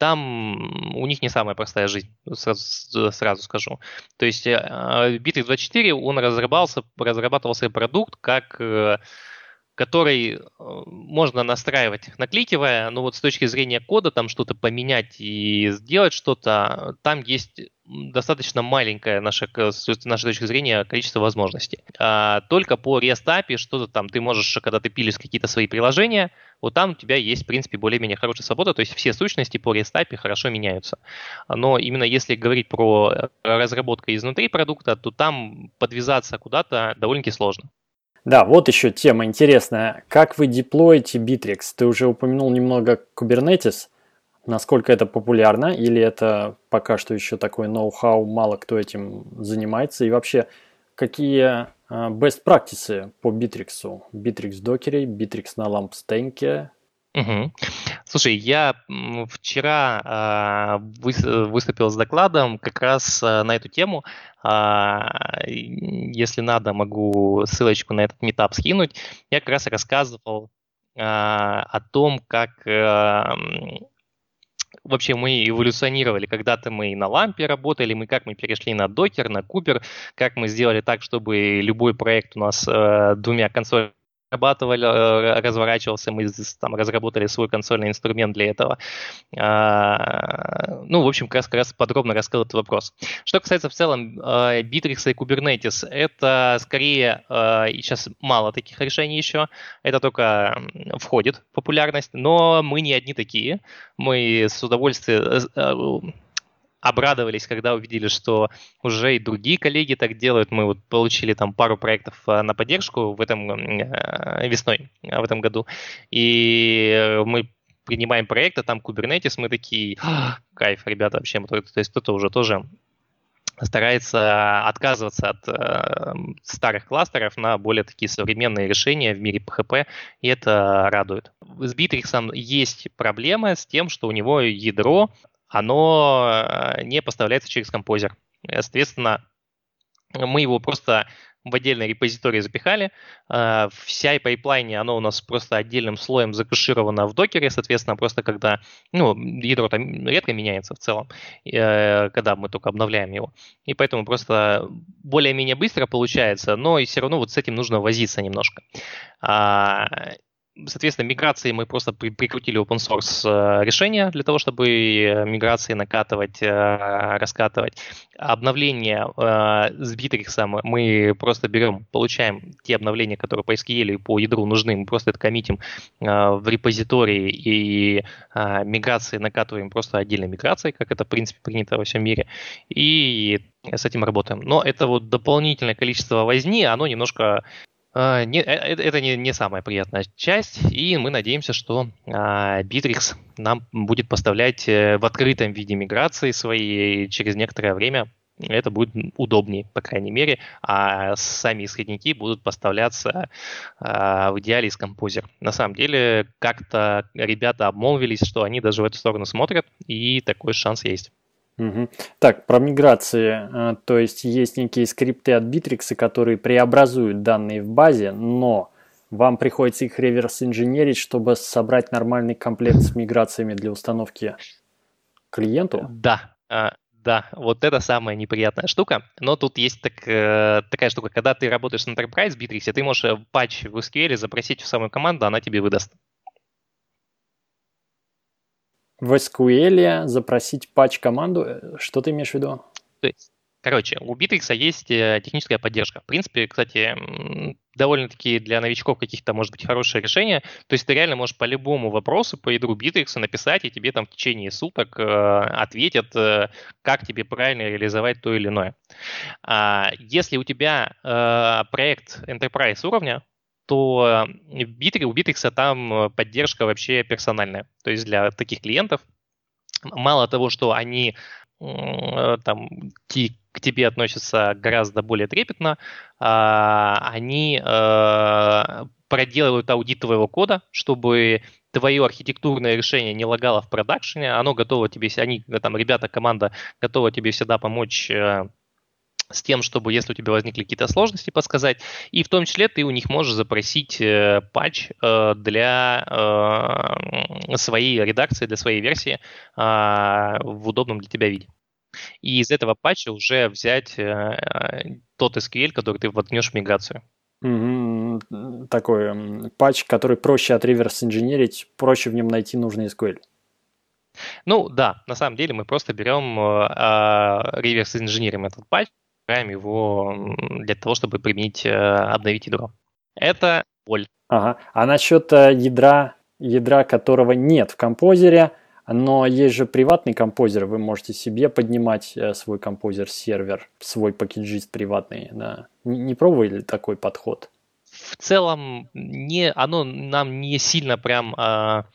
там у них не самая простая жизнь, сразу, сразу скажу. То есть э, Bittrex двадцать четыре, он разрабатывался, разрабатывался продукт как... Э, который можно настраивать, накликивая, но вот с точки зрения кода там что-то поменять и сделать что-то, там есть достаточно маленькое, наше, с нашей точки зрения, количество возможностей. А только по REST-эй пи ай что-то там ты можешь, когда ты пилишь какие-то свои приложения, вот там у тебя есть, в принципе, более-менее хорошая свобода, то есть все сущности по REST-эй пи ай хорошо меняются. Но именно если говорить про разработку изнутри продукта, то там подвязаться куда-то довольно-таки сложно. Да, вот еще тема интересная. Как вы деплоите Bittrex? Ты уже упомянул немного Kubernetes. Насколько это популярно? Или это пока что еще такой ноу-хау, мало кто этим занимается? И вообще, какие best practices по Bittrex? Bittrex в докере, Bittrex на лампстенке? Угу. Слушай, я вчера э, выступил с докладом как раз на эту тему. Э, если надо, могу ссылочку на этот митап скинуть. Я как раз рассказывал э, о том, как э, вообще мы эволюционировали. Когда-то мы на лампе работали, мы как мы перешли на докер, на кубер, как мы сделали так, чтобы любой проект у нас э, двумя консолями разрабатывали, разворачивался, мы там разработали свой консольный инструмент для этого. Ну, в общем, как раз, как раз подробно рассказал этот вопрос. Что касается в целом Bittrex и Kubernetes, это скорее, сейчас мало таких решений еще, это только входит в популярность, но мы не одни такие. Мы с удовольствием обрадовались, когда увидели, что уже и другие коллеги так делают. Мы вот получили там пару проектов на поддержку в этом весной, в этом году. И мы принимаем проекты, там Kubernetes, мы такие, кайф, ребята, вообще. То есть кто-то уже тоже старается отказываться от э, старых кластеров на более такие современные решения в мире пи эйч пи, и это радует. С Bittrex есть проблема с тем, что у него ядро оно не поставляется через композер. Соответственно, мы его просто в отдельный репозиторий запихали. В си ай-пайплайне оно у нас просто отдельным слоем закэшировано в докере. Соответственно, просто когда... Ну, ядро там редко меняется в целом, когда мы только обновляем его. И поэтому просто более-менее быстро получается, но и все равно вот с этим нужно возиться немножко. Соответственно, миграции мы просто при, прикрутили open source решения для того, чтобы миграции накатывать, раскатывать. Обновления с Bittrex мы просто берем, получаем те обновления, которые по эс кью эль и по ядру нужны, мы просто это коммитим в репозитории и миграции накатываем просто отдельной миграцией, как это, в принципе, принято во всем мире, и с этим работаем. Но это вот дополнительное количество возни, оно немножко... Не, это не, не самая приятная часть, и мы надеемся, что Bittrex нам будет поставлять в открытом виде миграции свои через некоторое время. Это будет удобнее, по крайней мере, а сами исходники будут поставляться в идеале из Composer. На самом деле, как-то ребята обмолвились, что они даже в эту сторону смотрят, и такой шанс есть. Угу. Так, про миграции. То есть есть некие скрипты от Bittrex, которые преобразуют данные в базе, но вам приходится их реверс-инженерить, чтобы собрать нормальный комплект с миграциями для установки клиенту? Да, Да, вот это самая неприятная штука. Но тут есть так, э, такая штука, когда ты работаешь на Enterprise в Bittrex, ты можешь э, патч в эс кью эль запросить в самую команду, она тебе выдаст. В эс кью эль запросить патч команду, что ты имеешь в виду? То есть, короче, у Bittrex есть э, техническая поддержка. В принципе, кстати, м, довольно-таки для новичков каких-то может быть хорошее решение. То есть ты реально можешь по любому вопросу по ядру Bittrex написать, и тебе там в течение суток э, ответят, э, как тебе правильно реализовать то или иное. А если у тебя э, проект Enterprise уровня, то в Bittrex, у Bittrex там поддержка вообще персональная. То есть для таких клиентов мало того, что они э, там ти- к тебе относятся гораздо более трепетно, а, они э, проделывают аудит твоего кода, чтобы твое архитектурное решение не лагало в продакшене, оно готово тебе, они, там, ребята, команда готова тебе всегда помочь э, с тем, чтобы, если у тебя возникли какие-то сложности, подсказать. И в том числе ты у них можешь запросить э, патч э, для э, своей редакции, для своей версии э, в удобном для тебя виде. И из этого патча уже взять э, тот эс кью эль, который ты воткнешь в миграцию. Угу. Такой м, патч, который проще отреверс-инженерить, проще в нем найти нужный эс кью эль. Ну да, на самом деле мы просто берем э, реверс-инженерим этот патч, собираем его м, для того, чтобы применить, э, обновить ядро. Это боль. Ага. А насчет э, ядра, ядра, которого нет в композере, но есть же приватный композер, вы можете себе поднимать э, свой композер-сервер, свой пакеджист приватный. Да. Не, не пробовали такой подход? В целом, не, оно нам не сильно прям а,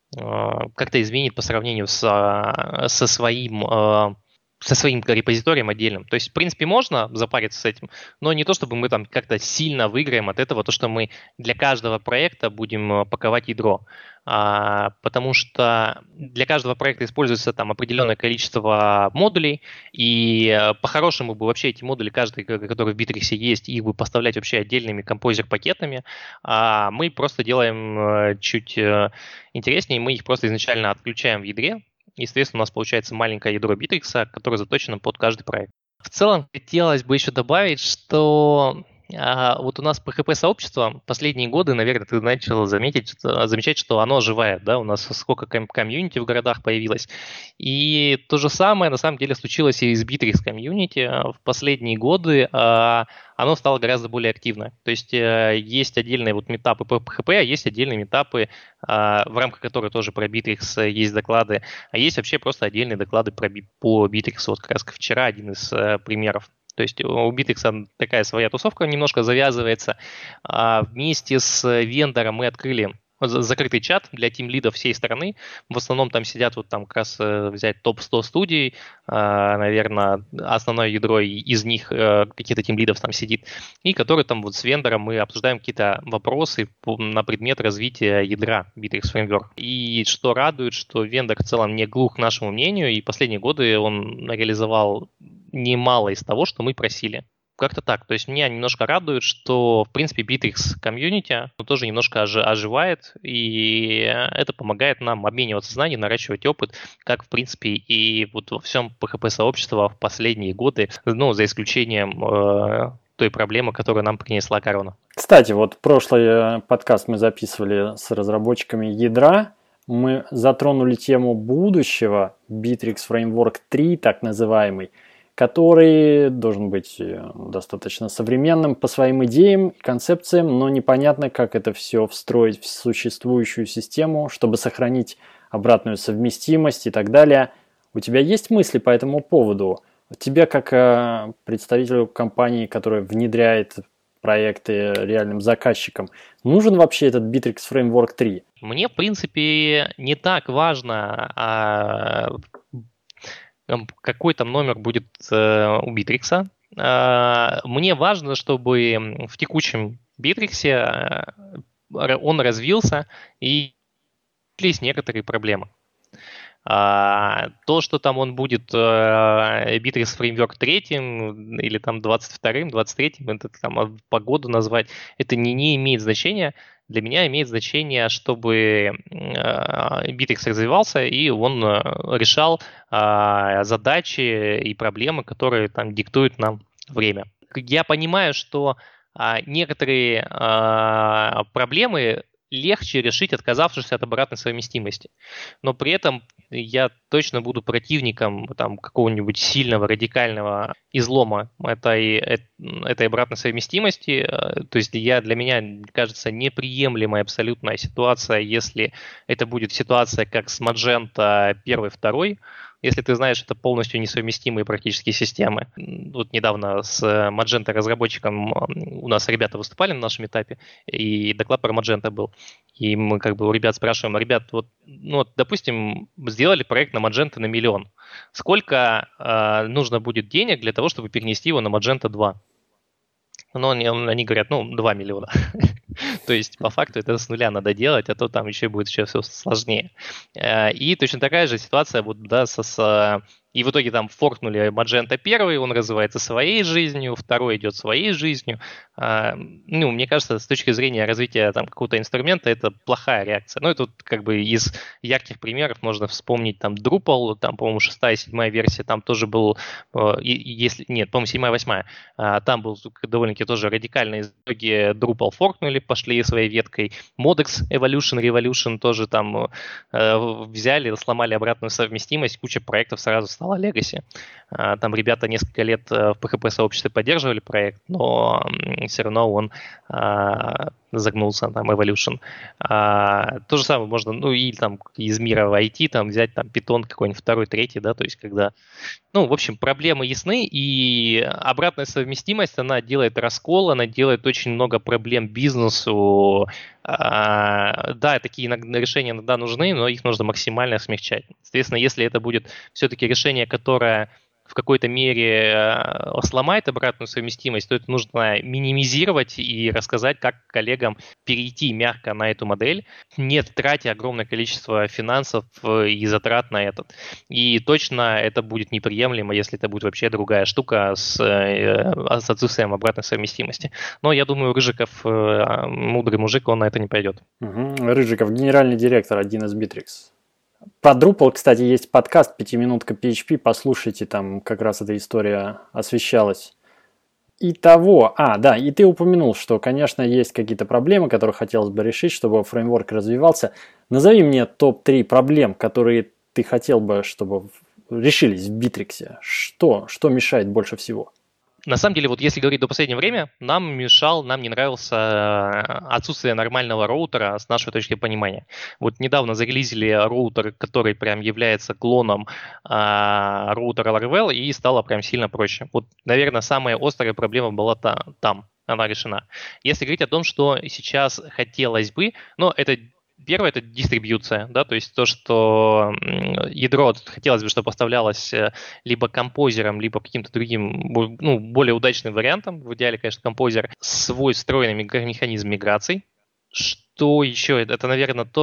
а, как-то изменит по сравнению с, а, со своим а, со своим репозиторием отдельным. То есть, в принципе, можно запариться с этим, но не то, чтобы мы там как-то сильно выиграем от этого, то, что мы для каждого проекта будем паковать ядро. А, потому что для каждого проекта используется там определенное количество модулей, и э, по-хорошему бы вообще эти модули, каждый, который в Bittrex есть, их бы поставлять вообще отдельными композер-пакетами, а мы просто делаем э, чуть э, интереснее, мы их просто изначально отключаем в ядре. Естественно, у нас получается маленькое ядро Bittrex, которое заточено под каждый проект. В целом, хотелось бы еще добавить, что а, вот у нас пэ хэ пэ-сообщество последние годы, наверное, ты начал заметить, что, замечать, что оно оживает, да, у нас сколько ком- комьюнити в городах появилось. И то же самое, на самом деле, случилось и с Bittrex комьюнити. В последние годы а, оно стало гораздо более активно. То есть а, есть отдельные вот метапы по пэ хэ пэ, а есть отдельные метапы, а, в рамках которых тоже про Bittrex есть доклады, а есть вообще просто отдельные доклады про, по Bittrex. Вот как раз вчера один из а, примеров. То есть у Bittrex такая своя тусовка немножко завязывается. А вместе с вендором мы открыли закрытый чат для тимлидов всей страны. В основном там сидят, вот там как раз взять топ сто студий, наверное, основное ядро из них каких-то тимлидов там сидит, и который там вот с вендором мы обсуждаем какие-то вопросы на предмет развития ядра Bittrex Framework. И что радует, что вендор в целом не глух к нашему мнению, и последние годы он реализовал немало из того, что мы просили. Как-то так. То есть меня немножко радует, что, в принципе, Bittrex комьюнити тоже немножко оживает, и это помогает нам обмениваться знаниями, наращивать опыт, как, в принципе, и вот во всем пэ хэ пэ-сообществе в последние годы, ну, за исключением э, той проблемы, которую нам принесла корона. Кстати, вот прошлый подкаст мы записывали с разработчиками ядра, мы затронули тему будущего, Bittrex Framework три, так называемый, который должен быть достаточно современным по своим идеям и концепциям, но непонятно, как это все встроить в существующую систему, чтобы сохранить обратную совместимость и так далее. У тебя есть мысли по этому поводу? Тебе, как представителю компании, которая внедряет проекты реальным заказчикам, нужен вообще этот Bittrex Framework три? Мне, в принципе, не так важно, а какой там номер будет э, у Bittrex. Э, мне важно, чтобы в текущем Bittrex э, он развился и есть некоторые проблемы. А, то, что там он будет uh, Bittrex Framework третьим или там двадцать вторым, двадцать третьим, это там по году назвать, это не, не имеет значения. Для меня имеет значение, чтобы uh, Bittrex развивался, и он uh, решал uh, задачи и проблемы, которые там диктуют нам время. Я понимаю, что uh, некоторые uh, проблемы легче решить, отказавшись от обратной совместимости. Но при этом я точно буду противником там, какого-нибудь сильного радикального излома этой, этой обратной совместимости. То есть я, для меня кажется неприемлемой абсолютная ситуация, если это будет ситуация как с Magento первый второй. Если ты знаешь, это полностью несовместимые практически системы. Вот недавно с Magento разработчиком у нас ребята выступали на нашем этапе, и доклад про Magento был. И мы как бы у ребят спрашиваем, ребят, вот, ну, вот, допустим, сделали проект на Magento на миллион. Сколько э, нужно будет денег для того, чтобы перенести его на Magento два? Но они, они говорят, ну, два миллиона. То есть, по факту, это с нуля надо делать, а то там еще будет еще все сложнее. И точно такая же ситуация вот, да, со, с... И в итоге там форкнули Magento первый, он развивается своей жизнью, второй идет своей жизнью. Ну, мне кажется, с точки зрения развития там какого-то инструмента, это плохая реакция. Ну, это вот как бы из ярких примеров можно вспомнить там Drupal, там, по-моему, шестая, седьмая версия, там тоже был, если нет, по-моему, седьмая, восьмая, там был довольно-таки тоже радикальный. В итоге Drupal форкнули, пошли своей веткой. Modex Evolution, Revolution тоже там взяли, сломали обратную совместимость, куча проектов сразу стала Legacy. Там ребята несколько лет в пи эйч пи-сообществе поддерживали проект, но все равно он загнулся, там, Evolution. То же самое можно, ну, и там из мира в ай ти там взять там Python какой-нибудь второй, третий, да, то есть когда, ну, в общем, проблемы ясны, и обратная совместимость, она делает раскол, она делает очень много проблем бизнесу. Да, такие иногда решения иногда нужны, но их нужно максимально смягчать. Соответственно, если это будет все-таки решение, которое в какой-то мере сломает обратную совместимость, то это нужно минимизировать и рассказать, как коллегам перейти мягко на эту модель, не тратя огромное количество финансов и затрат на этот. И точно это будет неприемлемо, если это будет вообще другая штука с, с отсутствием обратной совместимости. Но я думаю, Рыжиков, мудрый мужик, он на это не пойдет. Угу. Рыжиков, генеральный директор, один из Bittrex. По Drupal, кстати, есть подкаст «Пятиминутка пи эйч пи», послушайте, там как раз эта история освещалась. Итого, а, да, и ты упомянул, что, конечно, есть какие-то проблемы, которые хотелось бы решить, чтобы фреймворк развивался. Назови мне топ три проблем, которые ты хотел бы, чтобы решились в Bittrex. Что, что мешает больше всего? На самом деле, вот если говорить до последнего времени, нам мешал, нам не нравился отсутствие нормального роутера с нашей точки понимания. Вот недавно зарелизили роутер, который прям является клоном а, роутера Laravel, и стало прям сильно проще. Вот, наверное, самая острая проблема была та, там, она решена. Если говорить о том, что сейчас хотелось бы, но это... Первое – это дистрибьюция, да, то есть то, что ядро хотелось бы, чтобы поставлялось либо композером, либо каким-то другим, ну, более удачным вариантом, в идеале, конечно, композер, свой встроенный механизм миграций. Что еще? Это, наверное, то,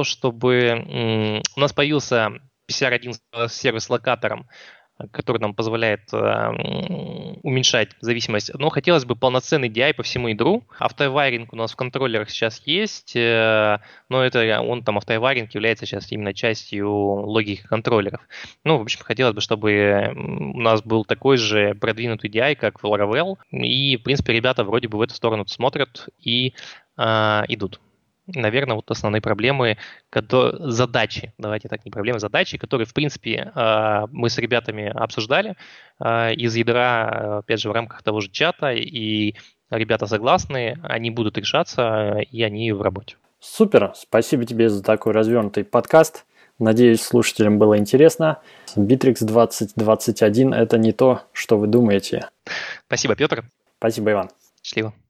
чтобы у нас появился пи си ар один с сервис-локатором, который нам позволяет э, уменьшать зависимость. Но хотелось бы полноценный ди ай по всему ядру. Автовайринг у нас в контроллерах сейчас есть, э, но это он там автовайринг является сейчас именно частью логики контроллеров. Ну, в общем, хотелось бы, чтобы у нас был такой же продвинутый ди ай, как в Laravel. И, в принципе, ребята вроде бы в эту сторону смотрят и э, идут. Наверное, вот основные проблемы, которые, задачи, давайте так, не проблемы, задачи, которые, в принципе, мы с ребятами обсуждали из ядра, опять же, в рамках того же чата, и ребята согласны, они будут решаться, и они в работе. Супер, спасибо тебе за такой развернутый подкаст. Надеюсь, слушателям было интересно. Bittrex двадцать двадцать один – это не то, что вы думаете. Спасибо, Петр. Спасибо, Иван. Счастливо.